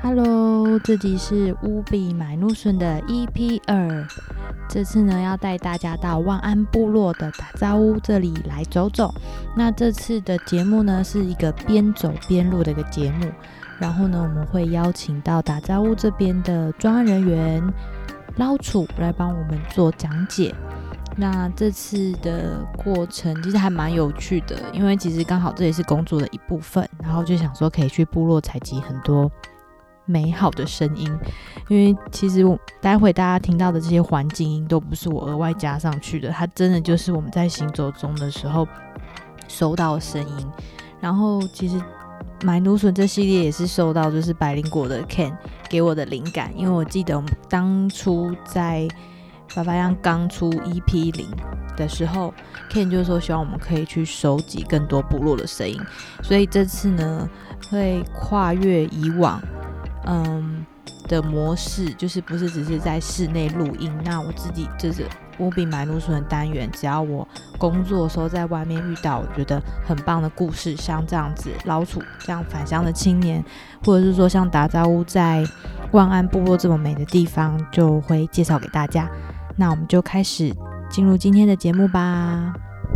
Hello，这集是乌比买怒笋的 EP2。这次呢，要带大家到万安部落的打造屋这里来走走。那这次的节目呢，是一个边走边录的一个节目。然后呢，我们会邀请到打造屋这边的专案人员捞楚来帮我们做讲解。那这次的过程其实还蛮有趣的，因为其实刚好这也是工作的一部分，然后就想说可以去部落采集很多美好的声音，因为其实待会大家听到的这些环境音都不是我额外加上去的，它真的就是我们在行走中的时候收到的声音。然后其实买芦笋这系列也是受到就是百灵果的 Ken 给我的灵感，因为我记得我们当初在爸爸样刚出 EP0 的时候 Ken 就说希望我们可以去收集更多部落的声音，所以这次呢会跨越以往的模式，就是不是只是在室内录音。那我自己就是乌比买芦笋的单元，只要我工作的时候在外面遇到我觉得很棒的故事，像这样子捞楚这样返乡的青年，或者是说像打造屋在万安部落这么美的地方，就会介绍给大家。那我们就开始进入今天的节目吧。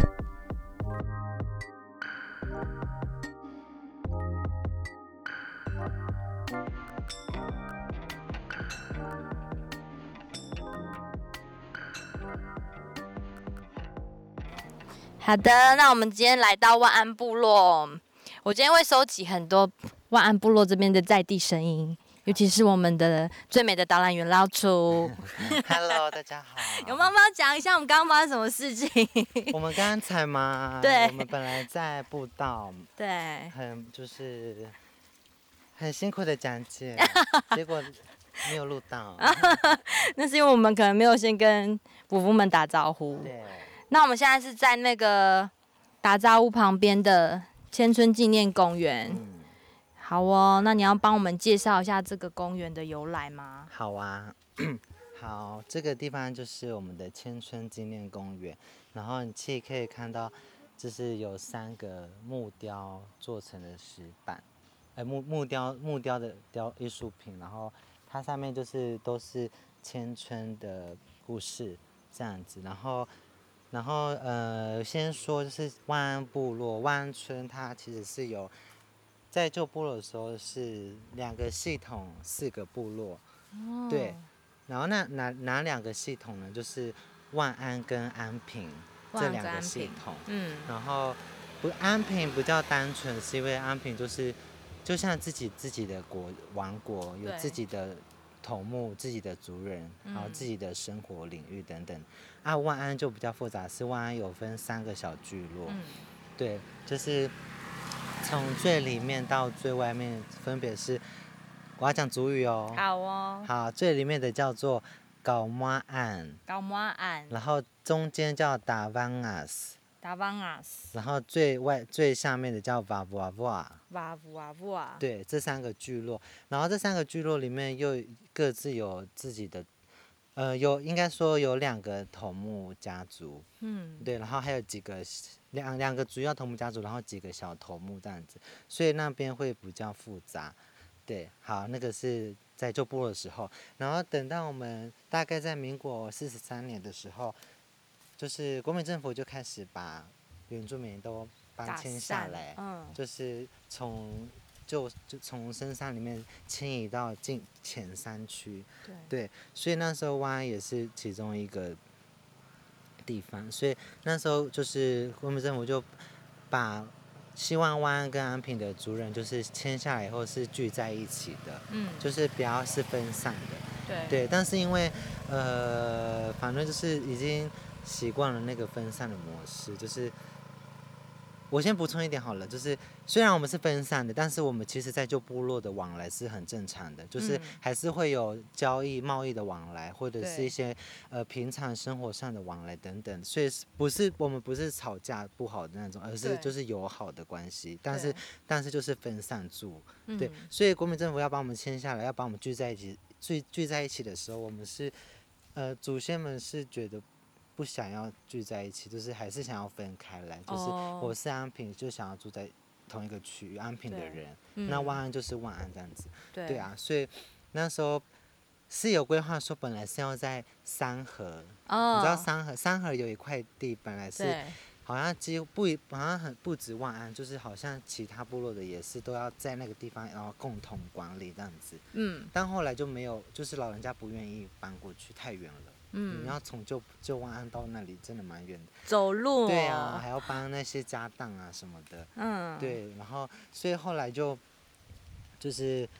好的，那我们今天来到万安部落，我今天会收集很多万安部落这边的在地声音，尤其是我们的最美的导览员捞楚。 Hello， 大家好。 有妈妈讲一下我们刚刚发生什么事情？ 我们刚才嘛， 对， 我们本来在步道， 对， 很辛苦的讲解，结果没有录到。 那是因为我们可能没有先跟夫妇们打招呼。 对。 那我们现在是在那个打造屋旁边的千春纪念公园。好哦，那你要帮我们介绍一下这个公园的由来吗？ 好啊，好，这个地方就是我们的千春纪念公园，然后你其实可以看到，就是有3个木雕做成的石板，木雕的艺术品，然后它上面就是都是千春的故事这样子，然后先说就是万安部落万安村，它其实是有在旧部落的时候是2个系统4个部落，对，然后哪2个系统呢？就是万安跟安平这2个系统，然后安平比较单纯，是因为安平就像自己的王国，有自己的头目、自己的族人，然后自己的生活领域等等。万安就比较复杂，是万安有分3个小聚落，对，就是从最里面到最外面，分别是我要讲族语哦。 好哦。 好，最里面的叫做高马岸，然后中间叫达湾阿斯，然后最下面的叫瓦布瓦，对，这3个聚落，然后这3个聚落里面又各自有自己的，应该说有2个头目家族，对，然后还有几个两个主要头目家族，然后几个小头目这样子，所以那边会比较复杂，对，好，那个是在旧部落的时候，然后等到我们大概在民国43年的时候，就是国民政府就开始把原住民都搬迁下来，就是从深山里面迁移到浅山区，对，所以那时候万安也是其中一个地方，所以那时候就是国民政府就希望万安跟安平的族人就是迁下来以后是聚在一起的，就是不要是分散的，对，但是因为反正就是已经习惯了那个分散的模式，就是我先补充一点好了，就是虽然我们是分散的，但是我们其实在旧部落的往来是很正常的，就是还是会有交易贸易的往来，或者是一些平常生活上的往来等等，所以我们不是吵架不好的那种，而是就是友好的关系，但是就是分散住，对，所以国民政府要把我们迁下来，要把我们聚在一起的时候，我们是祖先们是觉得不想要聚在一起，就是还是想要分开来，就是我是安平就想要住在同一个区域，安平的人，那万安就是万安这样子。对啊，所以那时候是有规划说，本来是要在三河，你知道三河有一块地，本来是好像几乎好像很不止万安，就是好像其他部落的也是都要在那个地方，然后共同管理这样子。但后来就没有，就是老人家不愿意搬过去，太远了。你要从旧万安到那里真的蛮远的，走路。对啊，还要搬那些家当啊什么的。对，然后所以后来就是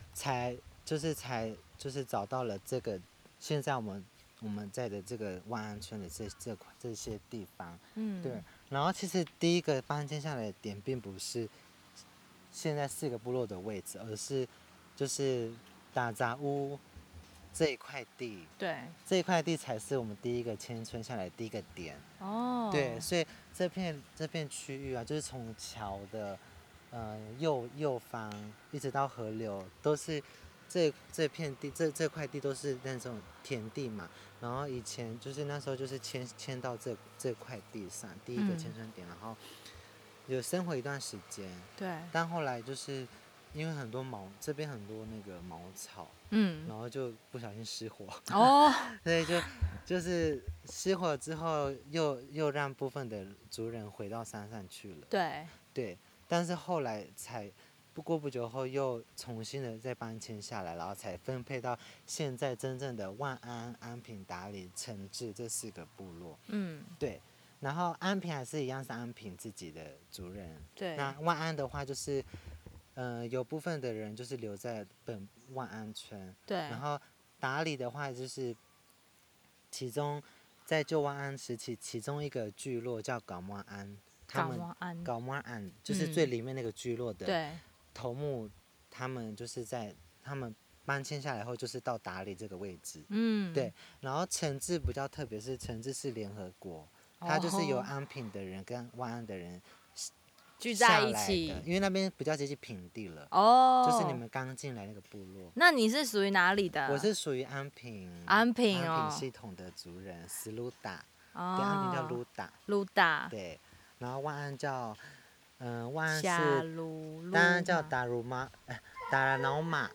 找到了这个，现在我们在的这个万安村的这些地方。对。然后其实第一个搬迁下来的点并不是现在4个部落的位置，而是就是打杂屋这一块地。对，这一块地才是我们第一个迁村下来的第一个点。对，所以这片区域啊，就是从桥的右方一直到河流，都是这片地这块地都是那种田地嘛。然后以前就是那时候就是迁到这块地上，第一个迁村点，然后有生活一段时间。对。但后来就是因为这边很多那个茅草，然后就不小心失火。所以就是失火之后又让部分的族人回到山上去了。对。但是后来不过不久后又重新的再搬迁下来，然后才分配到现在真正的万安、安平、达里、城志这4个部落。对。然后安平还是一样是安平自己的族人。对。那万安的话就是有部分的人就是留在本万安村。对。然后达里的话就是其中在旧万安时期其中一个聚落叫搞万安，搞万安就是最里面那个聚落的头目，他们就是他们搬迁下来后就是到达里这个位置。对。然后城志比较特别，是城志是联合国，它就是由安平的人跟万安的人聚在一起，因为那边比较接近平地了。就是你们刚进来那个部落。那你是属于哪里的？我是属于安平系统的族人，斯鲁达。对，安平叫鲁达。对。然后万安叫万安是当然叫达拉瑙马。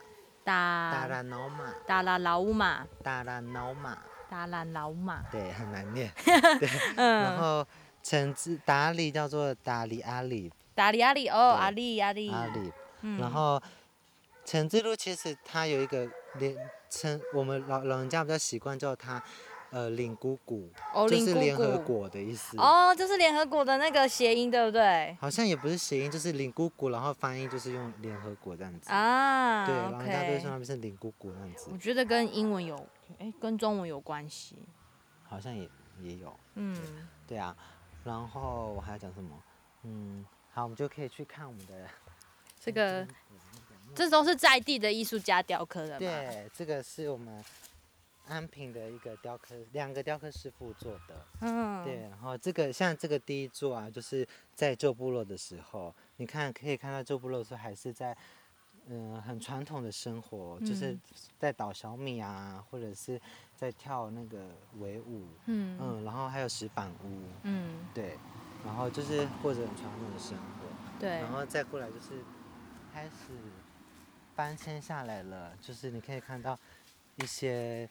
对，很难念。对。然后达里叫做达里阿里。阿里。然后城志路其实它有一个我们老人家比较习惯叫它领姑姑，就是联合国的意思。就是联合国的那个谐音，对不对？好像也不是谐音，就是领姑姑，然后翻译就是用联合国这样子。对，老人家都会说那边是领姑姑这样子。我觉得跟跟中文有关系。好像也有。对啊。然后我还要讲什么？好，我们就可以去看我们的这都是在地的艺术家雕刻的吗？对，这个是我们安平的一个2个雕刻师傅做的。对。然后像这个第一座啊，就是在旧部落的时候，你可以看到旧部落的时候还是在很传统的生活，就是在捣小米啊，或者是在跳那个围舞。然后还有石板屋。对。然后就是过着很传统的生活。对。然后再过来就是开始搬迁下来了，就是你可以看到一些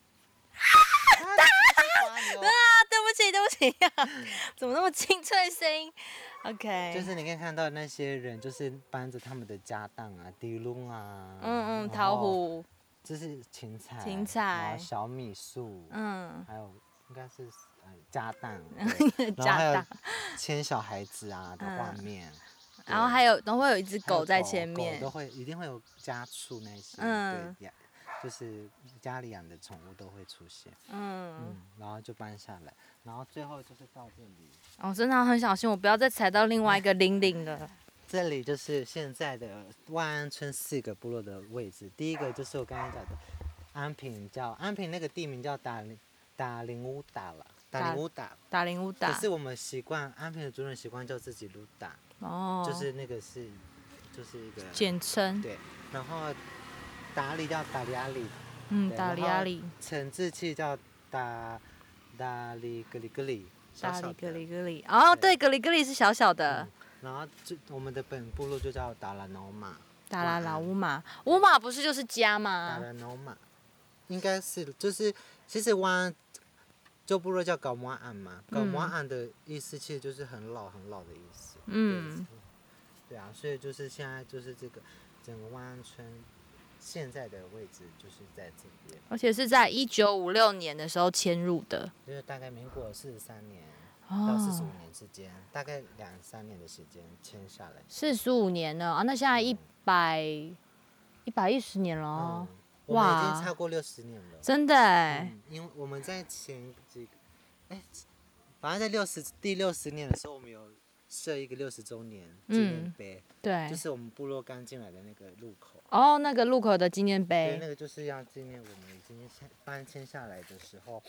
对不起怎么那么清脆声音 ？OK。就是你可以看到那些人就是搬着他们的家当啊，地笼啊，桃胡，这是芹菜，然后小米树，还有应该是家当，然后还有牵小孩子啊的画面。然后都会有一只狗在前面，一定会有家畜那些。对，就是家里养的宠物都会出现。然后就搬下来，然后最后就是到这里。真的要很小心，我不要再踩到另外一个岭了。这里就是现在的万安村4个部落的位置。第一个就是我刚才讲的安平那个地名叫达林乌达了。达林乌达。可是我们安平的族人习惯叫自己鲁达。就是那个就是一个简称。对。然后达里叫达里阿里。达里阿里。城志气叫达里格里格里。达里格里格里。对，格里格里是小小的。 然后我们的本部落就叫达拉努马。 达拉拉乌马，乌马不是就是家吗？ 达拉努马，应该是就是其实湾旧部落叫高摩岸嘛，高摩岸的意思其实就是很老很老的意思。对啊，所以就是现在就是这个整个湾安村现在的位置就是在这边， 而且是在1956年的时候迁入的， 就是大概民国43年到45年之间，大概2-3年的时间迁下来。 45年了啊，那现在110年了哦。 我们已经超过60年了， 真的哎。 因为我们在前几个，反正在第60年的时候，我们有设一个60周年纪念碑， 对， 就是我们部落刚进来的那个路口。 哦，那个路口的纪念碑。 对，那个就是要纪念我们已经搬迁下来的时候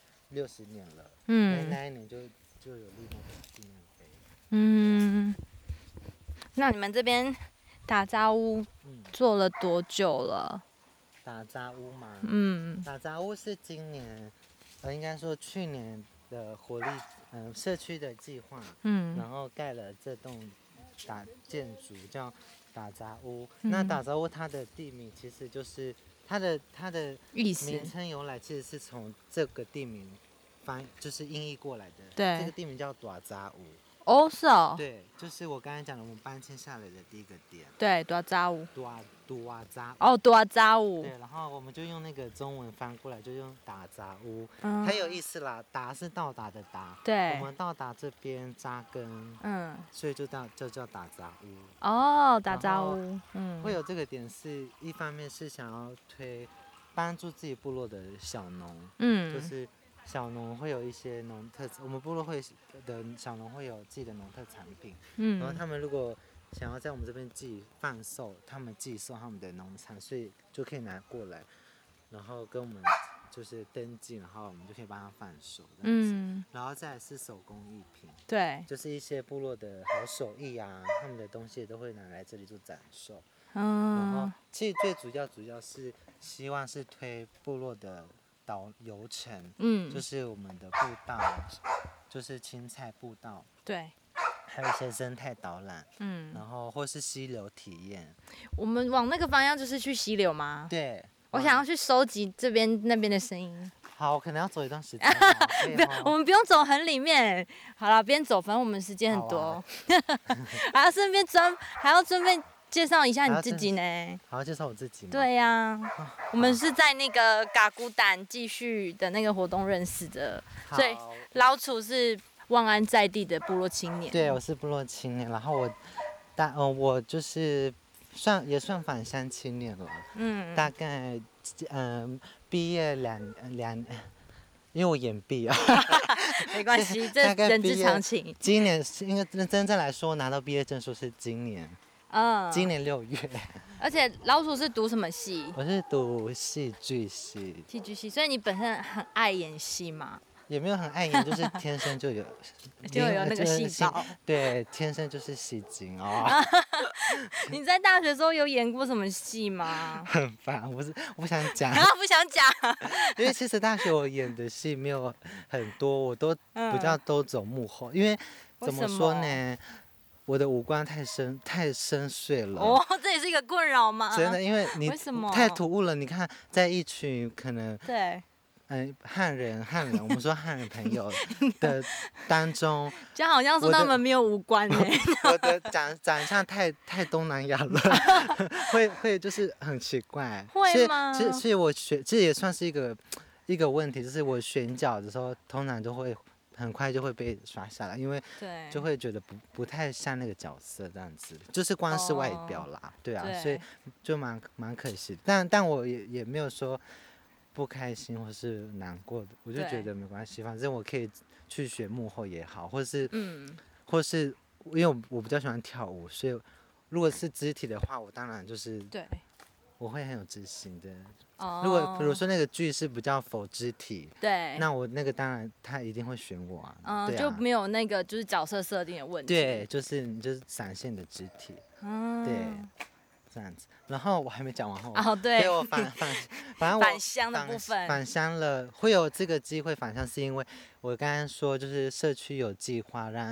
60年了。那一年就有立那个纪念碑。 那你们这边打杂屋做了多久了？ 打杂屋嘛，打杂屋是今年，应该说去年的活力，社区的计划，然后盖了这栋建筑叫打杂屋。那打杂屋它的地名其实就是它的名称由来，其实是从这个地名就是音译过来的。 对， 这个地名叫打杂屋。 哦，是哦。 对，就是我刚才讲的，我们搬迁下来的第一个点。 对，打杂屋。 打杂。 哦，打杂屋。 对，然后我们就用那个中文翻过来，就用打杂屋，很有意思啦。达是到达的达， 对， 我们到达这边扎根，所以就叫打杂屋。 哦，打杂屋， 会有这个点是一方面是想要帮助自己部落的小农，就是小农会有一些农特，我们部落的小农会有自己的农特产品，然后他们如果想要在我们这边贩售，他们寄售他们的农产，所以就可以拿过来，然后跟我们就是登记，然后我们就可以帮他贩售，然后再来是手工艺品， 对， 就是一些部落的好手艺啊，他们的东西都会拿来这里做展售，然后其实最主要是希望是推部落的游程，就是我们的步道，就是青菜步道， 对。 还有一些生态导览，然后或是溪流体验。 我们往那个方向就是去溪流吗？ 对， 我想要去收集这边那边的声音。 好，可能要走一段时间。 我们不用走很里面。好了，边走，反正我们时间很多。还要顺便介绍一下你自己呢。 好，介绍我自己吗？ 对呀，我们是在那个嘎古丹继续的那个活动认识的，所以老楚是望安在地的部落青年。 对，我是部落青年，然后我就是也算返乡青年了。大概毕业两，因为我延毕啊。 没关系，这人之常情。 今年应该真正来说拿到毕业证书是今年。今年6月。 而且老鼠是读什么系？ 我是读戏剧系。 戏剧系，所以你本身很爱演戏吗？ 也没有很爱演，就是天生就有那个细胞。 对，天生就是戏精哦。 你在大学的时候有演过什么戏吗？ 很烦，我不想讲。 不想讲。 因为其实大学我演的戏没有很多，我都比较都走幕后，因为怎么说呢？我的五官太深邃了。 哦，这也是一个困扰吗？ 真的，因为你太突兀了。你看，在一群可能对。 汉人，我们说汉人朋友的当中， 就好像说他们没有五官呢。 我的长相太东南亚了，会就是很奇怪。 会吗？ 所以我这也算是一个问题，就是我选角的时候，通常都会很快就会被刷下来，因为就会觉得不太像那个角色这样子，就是光是外表啦，对啊，所以就蛮可惜的。但我也没有说不开心或是难过的，我就觉得没关系，反正我可以去学幕后也好，或是因为我比较喜欢跳舞，所以如果是肢体的话，我当然就是我会很有自信的。如果比如说那个剧是比较否肢体， 对， 那我那个当然他一定会选我啊。 就没有那个就是角色设定的问题。 对，就是你就是闪现的肢体，对。这样子，然后我还没讲完后， 对， 我反正返乡的部分， 返乡了，会有这个机会返乡，是因为我刚刚说就是社区有计划让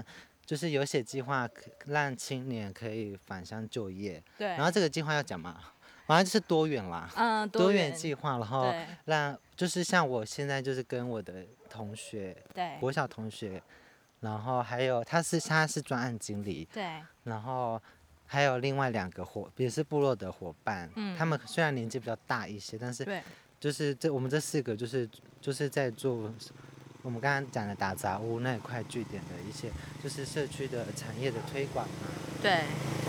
就是有写计划让青年可以返乡就业。 对。 然后这个计划要讲嘛，反正就是多元啦。多元计划，然后让就是像我现在就是跟我的同学， 对， 国小同学，然后还有他是专案经理， 对， 然后还有另外2个也是部落的伙伴，他们虽然年纪比较大一些，但是就是我们这4个就是在做我们刚刚讲的打杂屋那一块据点的一些就是社区的产业的推广嘛， 对， 然后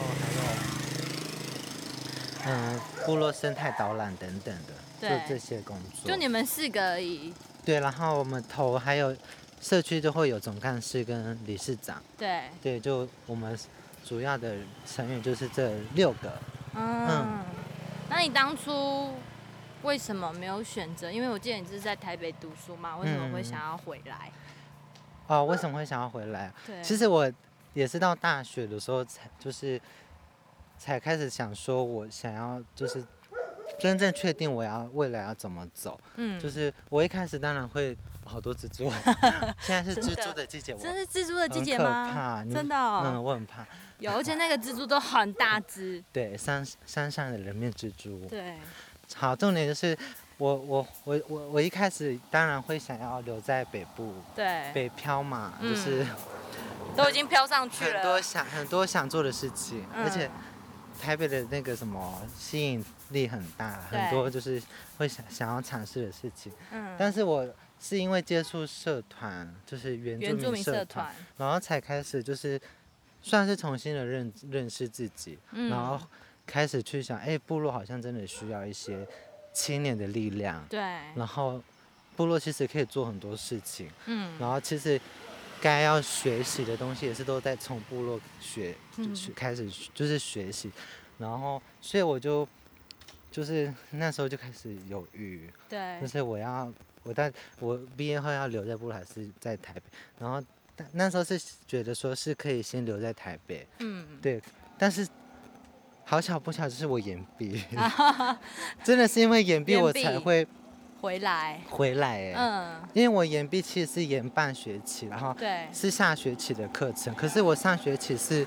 还有部落生态导览等等的，做这些工作。 就你们4个而已。 对，然后我们头还有社区都会有总干事跟理事长。对，就我们主要的成员就是这6个。 那你当初为什么没有选择？因为我记得你是在台北读书嘛，为什么会想要回来？ 为什么会想要回来？ 对， 其实我也是到大学的时候才开始想说，我想要就是真正确定我未来要怎么走。就是我一开始当然会好多蜘蛛，现在是蜘蛛的季节， 真是蜘蛛的季节吗？ 很可怕， 真的我很怕。 有，而且那个蜘蛛都很大只。 对，山上的人面蜘蛛。 对。 好，重点就是我一开始当然会想要留在北部， 对， 北漂嘛，就是都已经飘上去了， 很多想做的事情，而且台北的那个什么吸引力很大，很多就是会想要尝试的事情。但是我是因为接触社团，就是原住民社团，然后才开始就是算是重新的认识自己，然后开始去想，部落好像真的需要一些青年的力量。 对。 然后部落其实可以做很多事情。然后其实该要学习的东西也是都在从部落开始就是学习。然后所以我就是那时候就开始犹豫。 对。 就是我毕业后要留在部落还是在台北？然后那时候是觉得说是可以先留在台北。对，但是。好巧不巧，就是我延毕，真的是因为延毕我才会回来。 因为我延毕其实是延半学期，然后是下学期的课程，可是我上学期是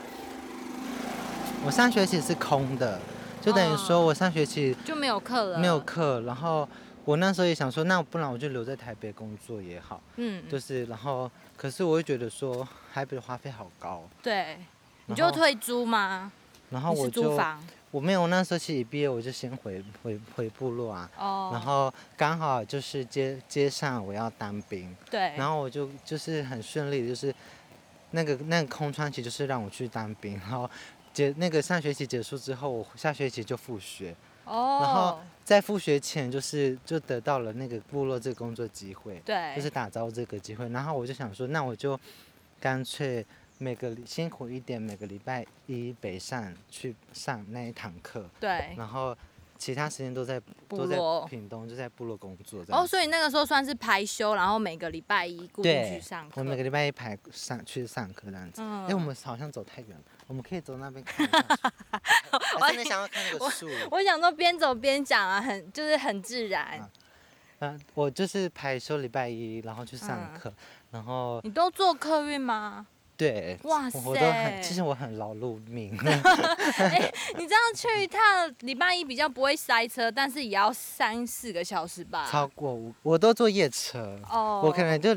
空的，就等于说我上学期就没有课了， 没有课。然后我那时候也想说，那不然我就留在台北工作也好，就是然后可是我会觉得说台北的花费好高。 对，你就退租吗？ 然后我没有，那时候其实一毕业我就先回部落啊。然后刚好就是接上我要当兵。 对。 然后我就是很顺利的，就是那个空窗期就是让我去当兵，然后那个上学期结束之后，我下学期就复学。然后在复学前就得到了那个部落这个工作机会。 对。 就是打造这个机会，然后我就想说，那我就干脆。辛苦一点，每个礼拜一北上去上那一堂课。 对。 然后其他时间都在屏东，就在部落工作。 所以那个时候算是排休，然后每个礼拜一固定去上课。 我每个礼拜一去上课这样子。我们好像走太远了，我们可以走那边看一下。我真的想要看那个树。 我想说边走边讲啊，就是很自然。 我就是排休礼拜一，然后去上课，然后。 你都坐客运吗？ 对， 哇塞！ 其实我很劳碌命。 你这样去一趟，礼拜一比较不会塞车，但是也要3-4个小时吧？ 超过我都坐夜车。我可能就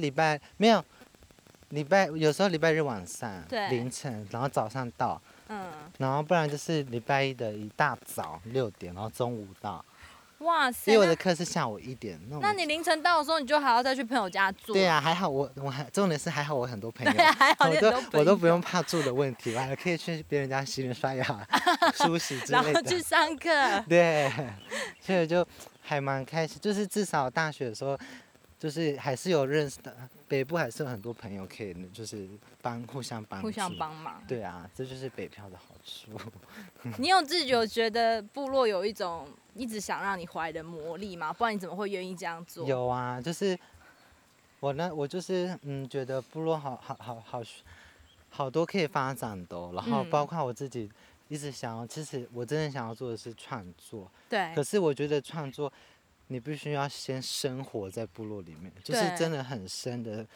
有时候礼拜日晚上凌晨，然后早上到。然后不然就是礼拜一的一大早6点，然后中午到。 哇塞！ 因为我的课是下午1点。 那你凌晨到的时候，你就还要再去朋友家住？ 对啊，还好重点是还好我很多朋友， 对，还好我都不用怕住的问题，我还可以去别人家洗脸刷牙、梳洗之类的， 然后去上课。 对，所以就还蛮开心，就是至少大学的时候，就是还是有认识的，北部还是有很多朋友可以就是互相帮忙。 对啊，这就是北漂的好处。 你自己有觉得部落有一种一直想让你回来的魔力吗？不然你怎么会愿意这样做？ 有啊，就是我就是觉得部落好多可以发展的然后包括我自己一直想要，其实我真的想要做的是创作。 对。 可是我觉得创作，你必须要先生活在部落里面，就是真的很深的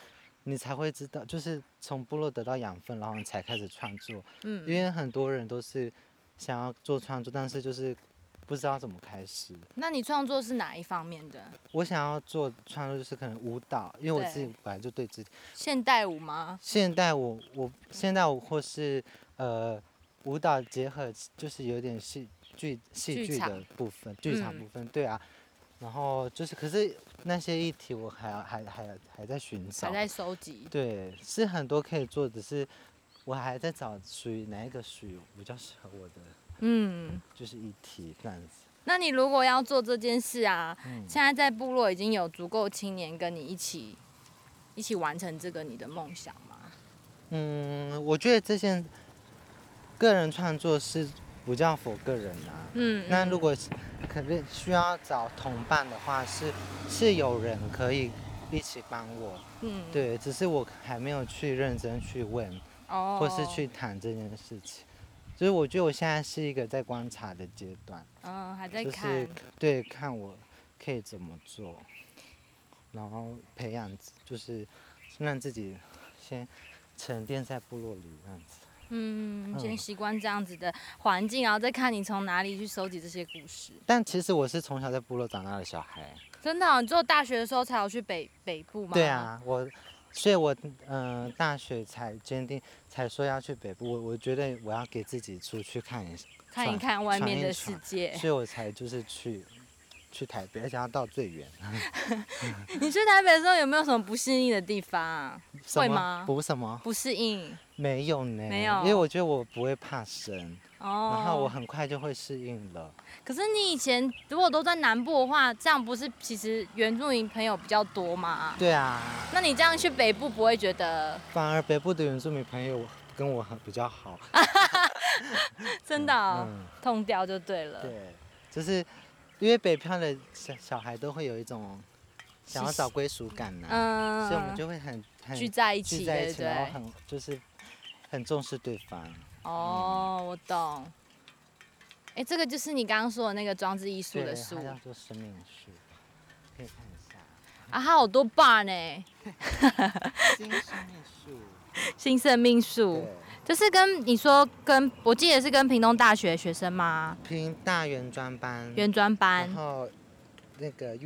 你才会知道，就是从部落得到养分，然后你才开始创作。因为很多人都是想要做创作，但是就是不知道怎么开始。 那你创作是哪一方面的？ 我想要做创作就是可能舞蹈，因为我自己本来就对肢体。 现代舞吗？ 现代舞或是舞蹈结合，就是有点戏剧的部分，剧场部分，对啊。然后就是，可是那些议题我还在寻找， 还在收集。 对，是很多可以做，只是我还在找属于哪一个属于比较适合我的，就是议题这样子。 那你如果要做这件事啊，现在在部落已经有足够青年跟你一起完成这个你的梦想吗？ 我觉得这件个人创作是比较否个人啊。那如果可能需要找同伴的话，是有人可以一起帮我。对，只是我还没有去认真去问，或是去谈这件事情。所以我觉得我现在是一个在观察的阶段。 还在看。 就是对，看我可以怎么做，然后培养，就是让自己先沉淀在部落里这样子。 先习惯这样子的环境，然后再看你从哪里去收集这些故事。 但其实我是从小在部落长大的小孩。 真的？你做大学的时候才有去北部吗？ 对啊，所以我大学才坚定，才说要去北部。我觉得我要给自己出去看一看外面的世界， 所以我才就是去台北，而且要到最远。 你去台北的时候有没有什么不适应的地方啊？会吗？ 什么？ 不适应？ 没有呢， 没有， 因为我觉得我不会怕生，然后我很快就会适应了。 可是你以前如果都在南部的话，这样不是其实原住民朋友比较多吗？ 对啊。 那你这样去北部不会觉得？ 反而北部的原住民朋友跟我比较好。 真的痛掉就对了。 对，就是因为北漂的小孩都会有一种想要找归属感所以我们就会很聚在一起，对不对？ 然后就是很重视对方。 我懂。这个就是你刚刚说的那个装置艺术的树， 它叫做生命树，可以看一下。 它好多把呢。 新生命树。 新生命树，这是跟你说我记得是跟屏东大学学生吗？ 屏大原专班。然后那个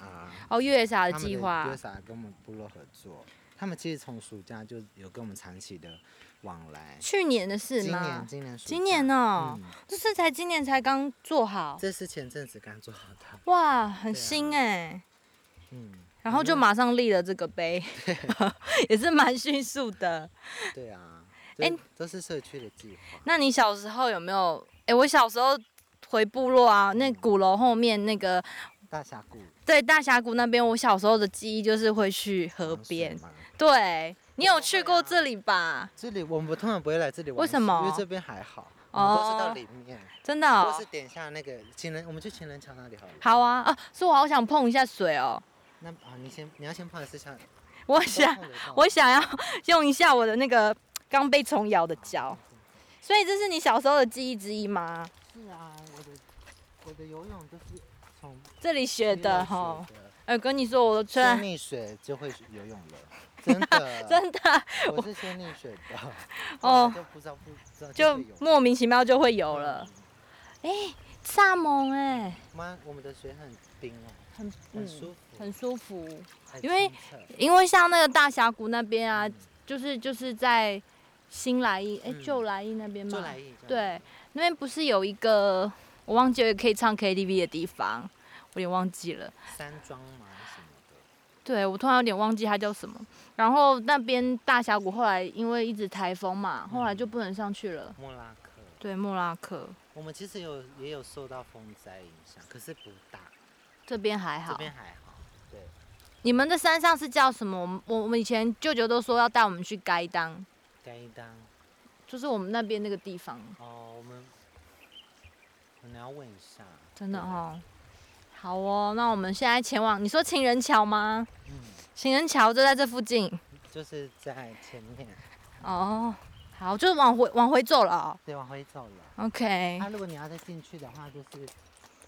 USR 的计划。 USR 跟我们部落合作，他们其实从暑假就有跟我们长期的往来。 去年的事吗？今年哦，这是今年才刚做好。 这是前阵子刚做好的。 哇，很新哎。然后就马上立了这个碑，也是蛮迅速的。 对啊，都是社区的计划。 那你小时候有没有？我小时候回部落啊，那鼓楼后面那个大峡谷。 对，大峡谷那边，我小时候的记忆就是会去河边。对，你有去过这里吧？ 这里我们通常不会来这里玩。 为什么？ 因为这边还好，我们都是到里面。 真的？ 或是点一下那个我们去情人桥那里好了。 好啊，所以我好想碰一下水哦。 那你要先碰的是像。 我想要用一下我的那个刚被虫咬的脚。所以这是你小时候的记忆之一吗？ 是啊，我的游泳就是从这里学的哈。跟你说，我的先溺水就会游泳了，真的。真的。我是先溺水的。就不知道就莫名其妙就会游了。蚱蜢我们的水很冰很舒服。因为像那个大峡谷那边啊，就是在新来义旧来义那边嘛。对，那边不是有一个我忘记了可以唱 KTV 的地方，我有点忘记了。 山庄吗？什么的？ 对，我突然有点忘记它叫什么。然后那边大峡谷后来因为一直台风嘛，后来就不能上去了。 莫拉克。 对，莫拉克。 我们其实也有受到风灾影响，可是不大。 这边还好。 对。 你们的山上是叫什么？我们以前舅舅都说要带我们去该当。就是我们那边那个地方。 我们可能要问一下。 真的哦。好哦，那我们现在前往，你说情人桥吗？情人桥就在这附近。 就是在前面。 好，就是往回走了。 对，往回走了。 OK。 如果你要再进去的话，就是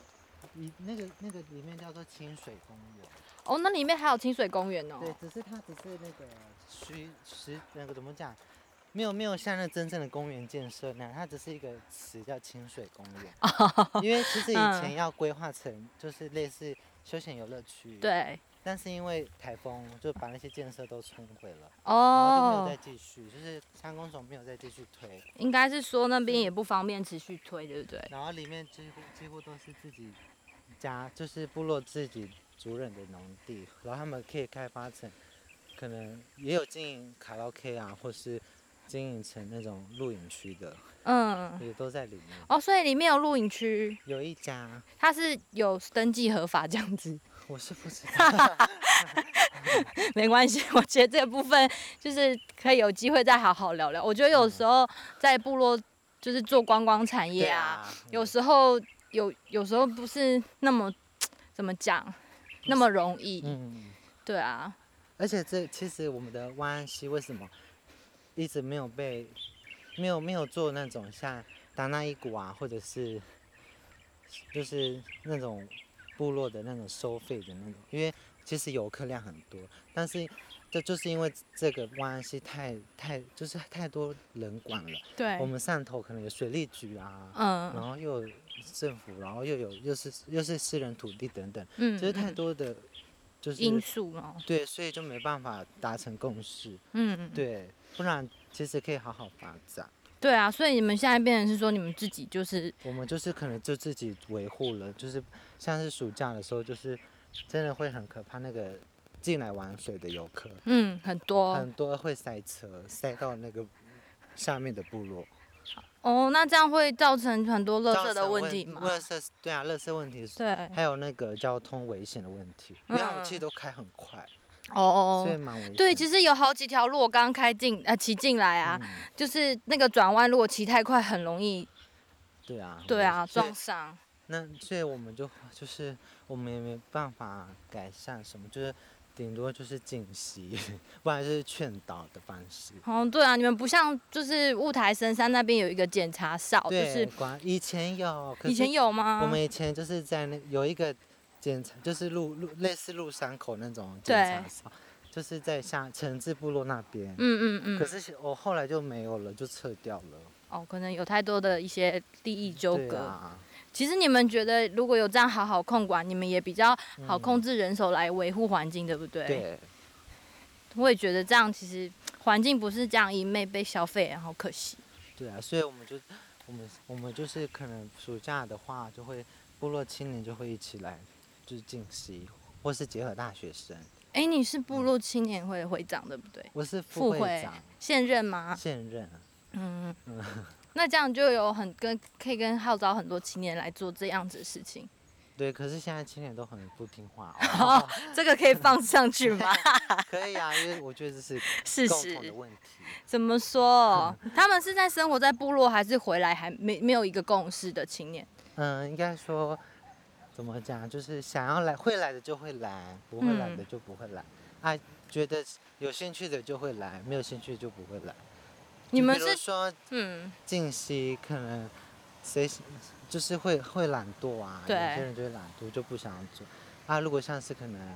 那个里面叫做清水公园。 哦，那里面还有清水公园哦。 对，只是那个那个怎么讲？没有像那真正的公园建设那样，它只是一个词叫清水公园。因为其实以前要规划成就是类似休闲游乐区。 对。 但是因为台风就把那些建设都冲毁了， 然后就没有再继续，就是乡公所没有再继续推。 应该是说那边也不方便持续推，对不对？ 然后里面几乎都是自己家，就是部落自己族人的农地，然后他们可以开发成，可能也有经营卡拉 OK 啊，或是经营成那种露营区的，也都在里面。 哦，所以里面有露营区？ 有一家， 它是有登记合法这样子？ 我是不知道。 没关系，我觉得这个部分就是可以有机会再好好聊聊。我觉得有时候在部落就是做观光产业有时候有时候不是那么怎么讲那么容易。对啊。 而且其实我们的湾安溪为什么一直没有做那种像达纳伊谷啊，或者是就是那种部落的那种收费的那种，因为其实游客量很多，但是这就是因为这个湾安溪就是太多人管了。 对。 我们上头可能有水利局啊，然后又有政府，然后又是私人土地等等，就是太多的就是因素哦。 对，所以就没办法达成共识。对，不然其实可以好好发展。 对啊，所以你们现在变成是说你们自己就是我们就是可能就自己维护了，就是像是暑假的时候，就是真的会很可怕，那个进来玩水的游客， 很多会塞车，塞到那个下面的部落。 哦，那这样会造成很多垃圾的问题吗？ 对啊，垃圾问题。 对。 还有那个交通危险的问题，因为他们其实都开很快。 所以蛮危险。 对，其实有好几条路我刚骑进来啊，就是那个转弯，如果骑太快，很容易。对啊，撞上。 所以我们就是我们也没办法改善什么，就是顶多就是禁息，不然就是劝导的方式。 对啊，你们不像就是雾台深山那边有一个检查哨，就是以前有。 以前有吗？ 我们以前就是在有一个检查，就是类似鹿山口那种检查哨，就是在城志部落那边。可是我后来就没有了，就撤掉了。 可能有太多的一些利益纠葛。其实你们觉得如果有这样好好控管，你们也比较好控制人手来维护环境，对不对？ 对。 我也觉得这样，其实环境不是这样一昧被消费，好可惜。 对啊，所以我们就是可能暑假的话，就会部落青年就会一起来，就是进溪，或是结合大学生。 你是部落青年会的会长对不对？ 我是副会长。 现任吗？ 现任。 那这样就有可以号召很多青年来做这样子的事情。 对，可是现在青年都很不听话。 这个可以放上去吗？ 可以啊，因为我觉得这是共同的问题。 怎么说？他们是在生活在部落，还是回来还没有一个共识的青年？ 应该说怎么讲，就是想要来会来的就会来，不会来的就不会来。觉得有兴趣的就会来，没有兴趣就不会来。 你们是说，近期可能谁就是会懒惰啊，有些人就会懒惰，就不想做。如果像是可能，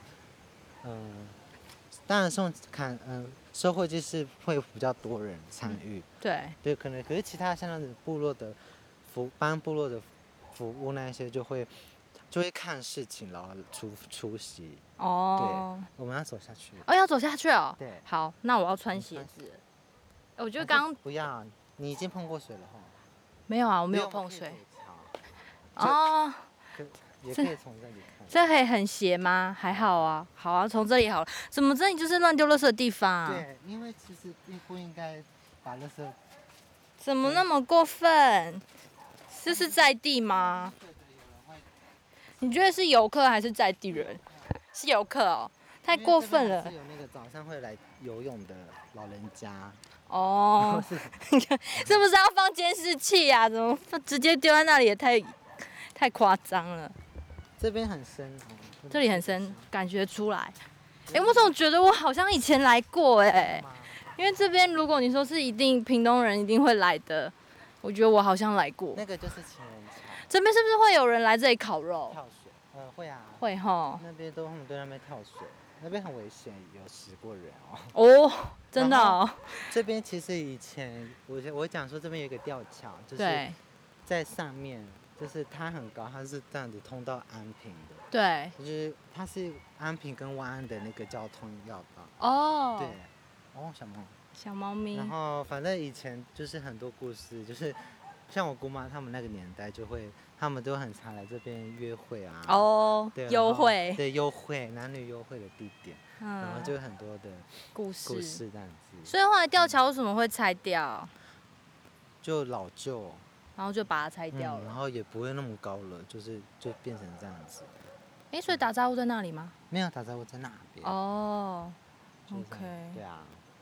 当然收获季是会比较多人参与。对，可是其他像那种部落的帮部落的服务那些就会看事情，然后出席。对，我们要走下去。 要走下去哦。 对。 好，那我要穿鞋子。我觉得刚不要，你已经碰过水了哈。 没有啊，我没有碰水。 也可以从这里看。 这可以很斜吗？还好啊，好啊，从这里好了。怎么这里就是乱丢垃圾的地方？ 对，因为其实不应该把垃圾。 怎么那么过分？这是在地吗？你觉得是游客还是在地人？是游客哦，太过分了。 是有那个早上会来游泳的老人家。 是不是要放监视器啊？怎么直接丢在那里也太夸张了。 这边很深。 这里很深，感觉出来。我总觉得我好像以前来过因为这边如果你说是一定屏东人一定会来的，我觉得我好像来过。 那个就是情人桥。 这边是不是会有人来这里烤肉？ 跳水。 会啊。 会吼。 那边他们都在那边跳水，那边很危险，有死过人哦。 哦，真的哦。 这边其实以前我讲说这边有一个吊桥，就是在上面，就是它很高，它是这样子通到安平的。 对。 就是它是安平跟万安的那个交通要道。 哦。 对。哦，小猫咪。然后反正以前就是很多故事，就是像我姑妈他们那个年代他们都很常来这边约会啊。 哦。 对， 优惠。 对，优惠，男女优惠的地点。然后就有很多的故事这样子。 所以后来吊桥为什么会拆掉？ 就老旧。 然后就把它拆掉了。 然后也不会那么高了，就变成这样子。 所以打招呼在那里吗？ 没有，打招呼在那边。 哦。OK。 对啊。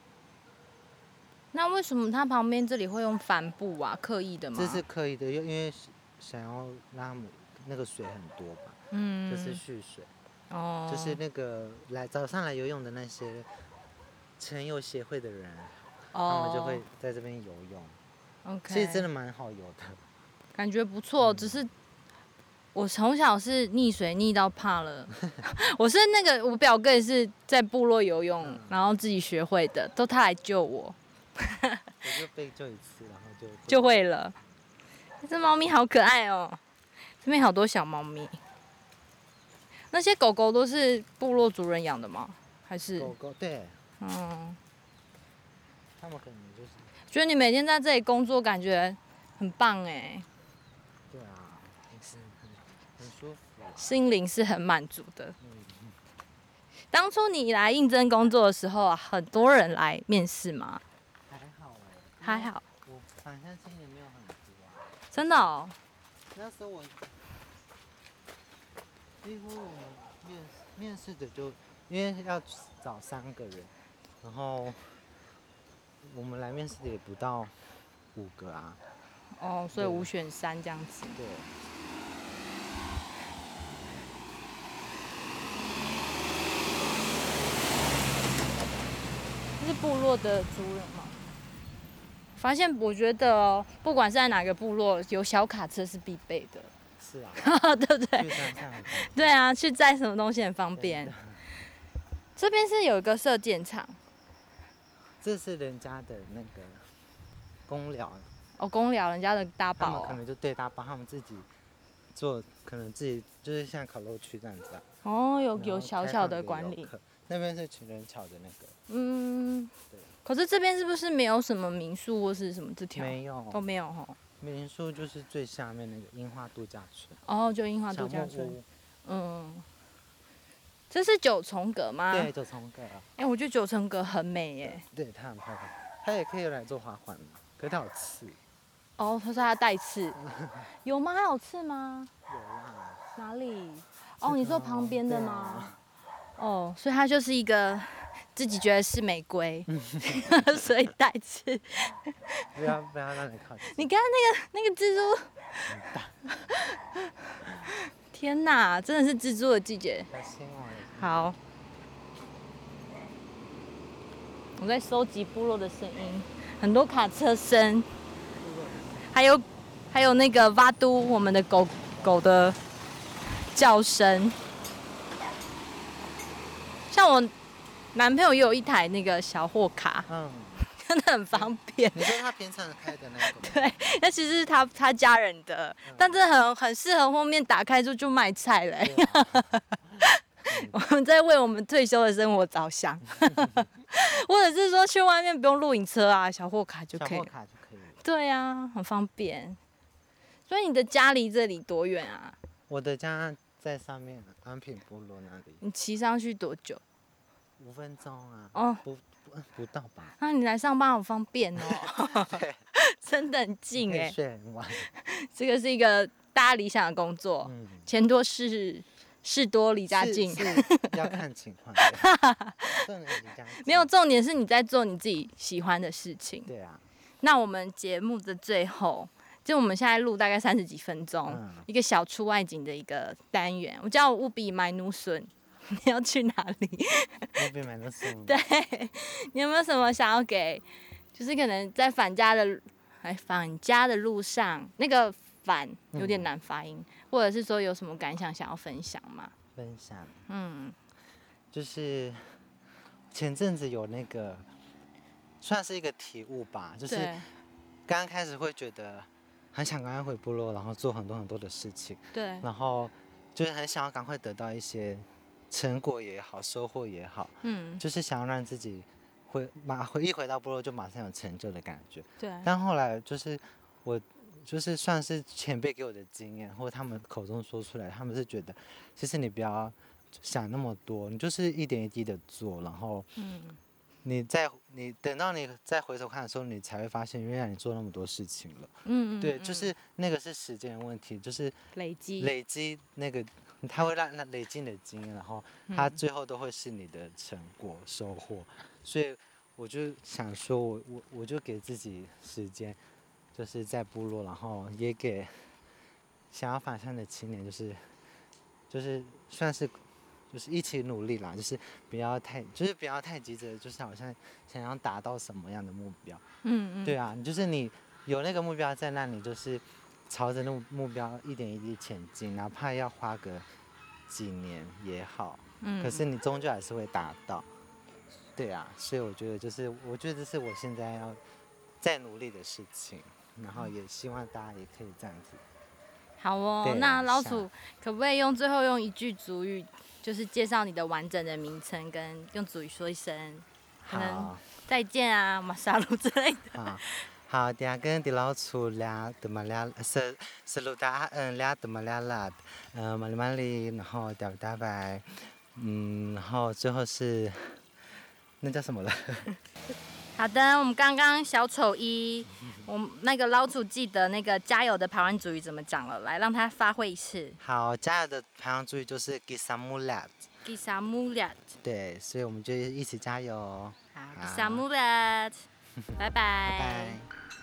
那为什么它旁边这里会用帆布啊？刻意的吗？ 这是刻意的，因为想要让他们那个水很多吧。就是蓄水。哦。就是那个早上来游泳的那些晨游协会的人，他们就会在这边游泳。 OK。 其实真的蛮好游的。 感觉不错，只是我从小是溺水溺到怕了。我表哥也是在部落游泳，然后自己学会的，都他来救我。 我就被救一次，然后就会了。这猫咪好可爱哦，这边好多小猫咪。那些狗狗都是部落族人养的吗？还是狗狗？对。他们可能就是。 觉得你每天在这里工作，感觉很棒哎。 对啊，很舒服。 心灵是很满足的。当初你来应征工作的时候啊，很多人来面试吗？还好。 我反正今年没有很多啊。 真的哦。 那时候几乎我们面试的就因为要找3个人，然后我们来面试的也不到5个啊。 哦，所以5选3这样子。 对。 这是部落的族人吗？发现我觉得不管是在哪个部落，有小卡车是必备的。 是啊。 对不对？对啊，去载什么东西很方便。这边是有一个射箭场。 这是人家的那个公寮。 公寮人家的大堡。 他们可能就对大堡，他们自己做，可能自己就是像烤肉区这样子啊。 有小小的管理。 那边是情人桥的那个。对。 可是这边是不是没有什么民宿或是什么这条？ 没有。 都没有吼。 民宿就是最下面那个樱花度假村。 就樱花度假村。这是9重阁吗？ 对，9重阁。 我觉得9重阁很美耶。 对，它很漂亮，它也可以来做滑环嘛，可是它有刺。 他说它带刺。有吗？它有刺吗？ 有啦。 哪里？你说旁边的吗？所以它就是一个自己觉得是玫瑰，所以带刺。 不要让你靠近。 你看那个蜘蛛。天哪，真的是蜘蛛的季节。好。我在收集部落的声音，很多卡车声，还有那个挖都我们的狗的叫声。像我男朋友也有一台那个小货卡，真的很方便。 你说他平常开的那个？ 对，那其实是他家人的，但真的很适合后面打开就卖菜了。我们在为我们退休的生活着想，或者是说去外面不用露营车啊，小货卡就可以。对啊，很方便。所以你的家离这里多远啊？ 我的家在上面，安平部落那里。 你骑上去多久 ？5分钟啊。不到吧？ 那你来上班好方便哦。 对。 真的很近哎。 睡很晚。 这个是一个大家理想的工作，钱多事多离家近。 是要看情况。 没有，重点是你在做你自己喜欢的事情。 对啊。 那我们节目的最后，就我们现在录大概30几分钟，一个小出外景的一个单元，我叫乌比买努笋。你要去哪里？ 乌比买努笋。 对，你有没有什么想要给，就是可能在返家的路上，那个饭，有点难发音，或者是说有什么感想想要分享吗？ 分享，就是前阵子有那个算是一个体悟吧，就是刚刚开始会觉得很想赶快回部落，然后做很多很多的事情， 对， 然后就是很想要赶快得到一些成果也好，收获也好，就是想要让自己一回到部落就马上有成就的感觉， 对。 但后来就是我就是算是前辈给我的经验，或者他们口中说出来，他们是觉得其实你不要想那么多，你就是一点一滴的做，然后你等到你再回头看的时候，你才会发现原来你做那么多事情了。对，就是那个是时间的问题，就是累积那个，它会让累积你的经验，然后它最后都会是你的成果收获。所以我就想说我就给自己时间，就是在部落，然后也给想要返乡的青年，就是算是。就是一起努力啦，就是不要太急着，就是好像想要达到什么样的目标。对啊，就是你有那个目标在那里，就是朝着那个目标一点一滴前进，哪怕要花个几年也好。可是你终究还是会达到。对啊，所以我觉得这是我现在要再努力的事情，然后也希望大家也可以这样子。 好哦，那老鼠可不可以最后用一句族语，就是介绍你的完整的名称，跟用族语说一声，可能再见啊、马萨鲁之类的。 好，第二个的老鼠俩的马俩是鲁达俩的马俩啦，马里马里，然后大白，然后最后是那叫什么了？ 好的，我们刚刚小丑一，我们那个老鼠记得那个加油的排湾族语怎么讲了，来让他发挥一次。 好，加油的排湾族语就是 Gisamulat。 对，所以我们就一起加油。 好 ，Gisamulat，拜拜。 拜拜。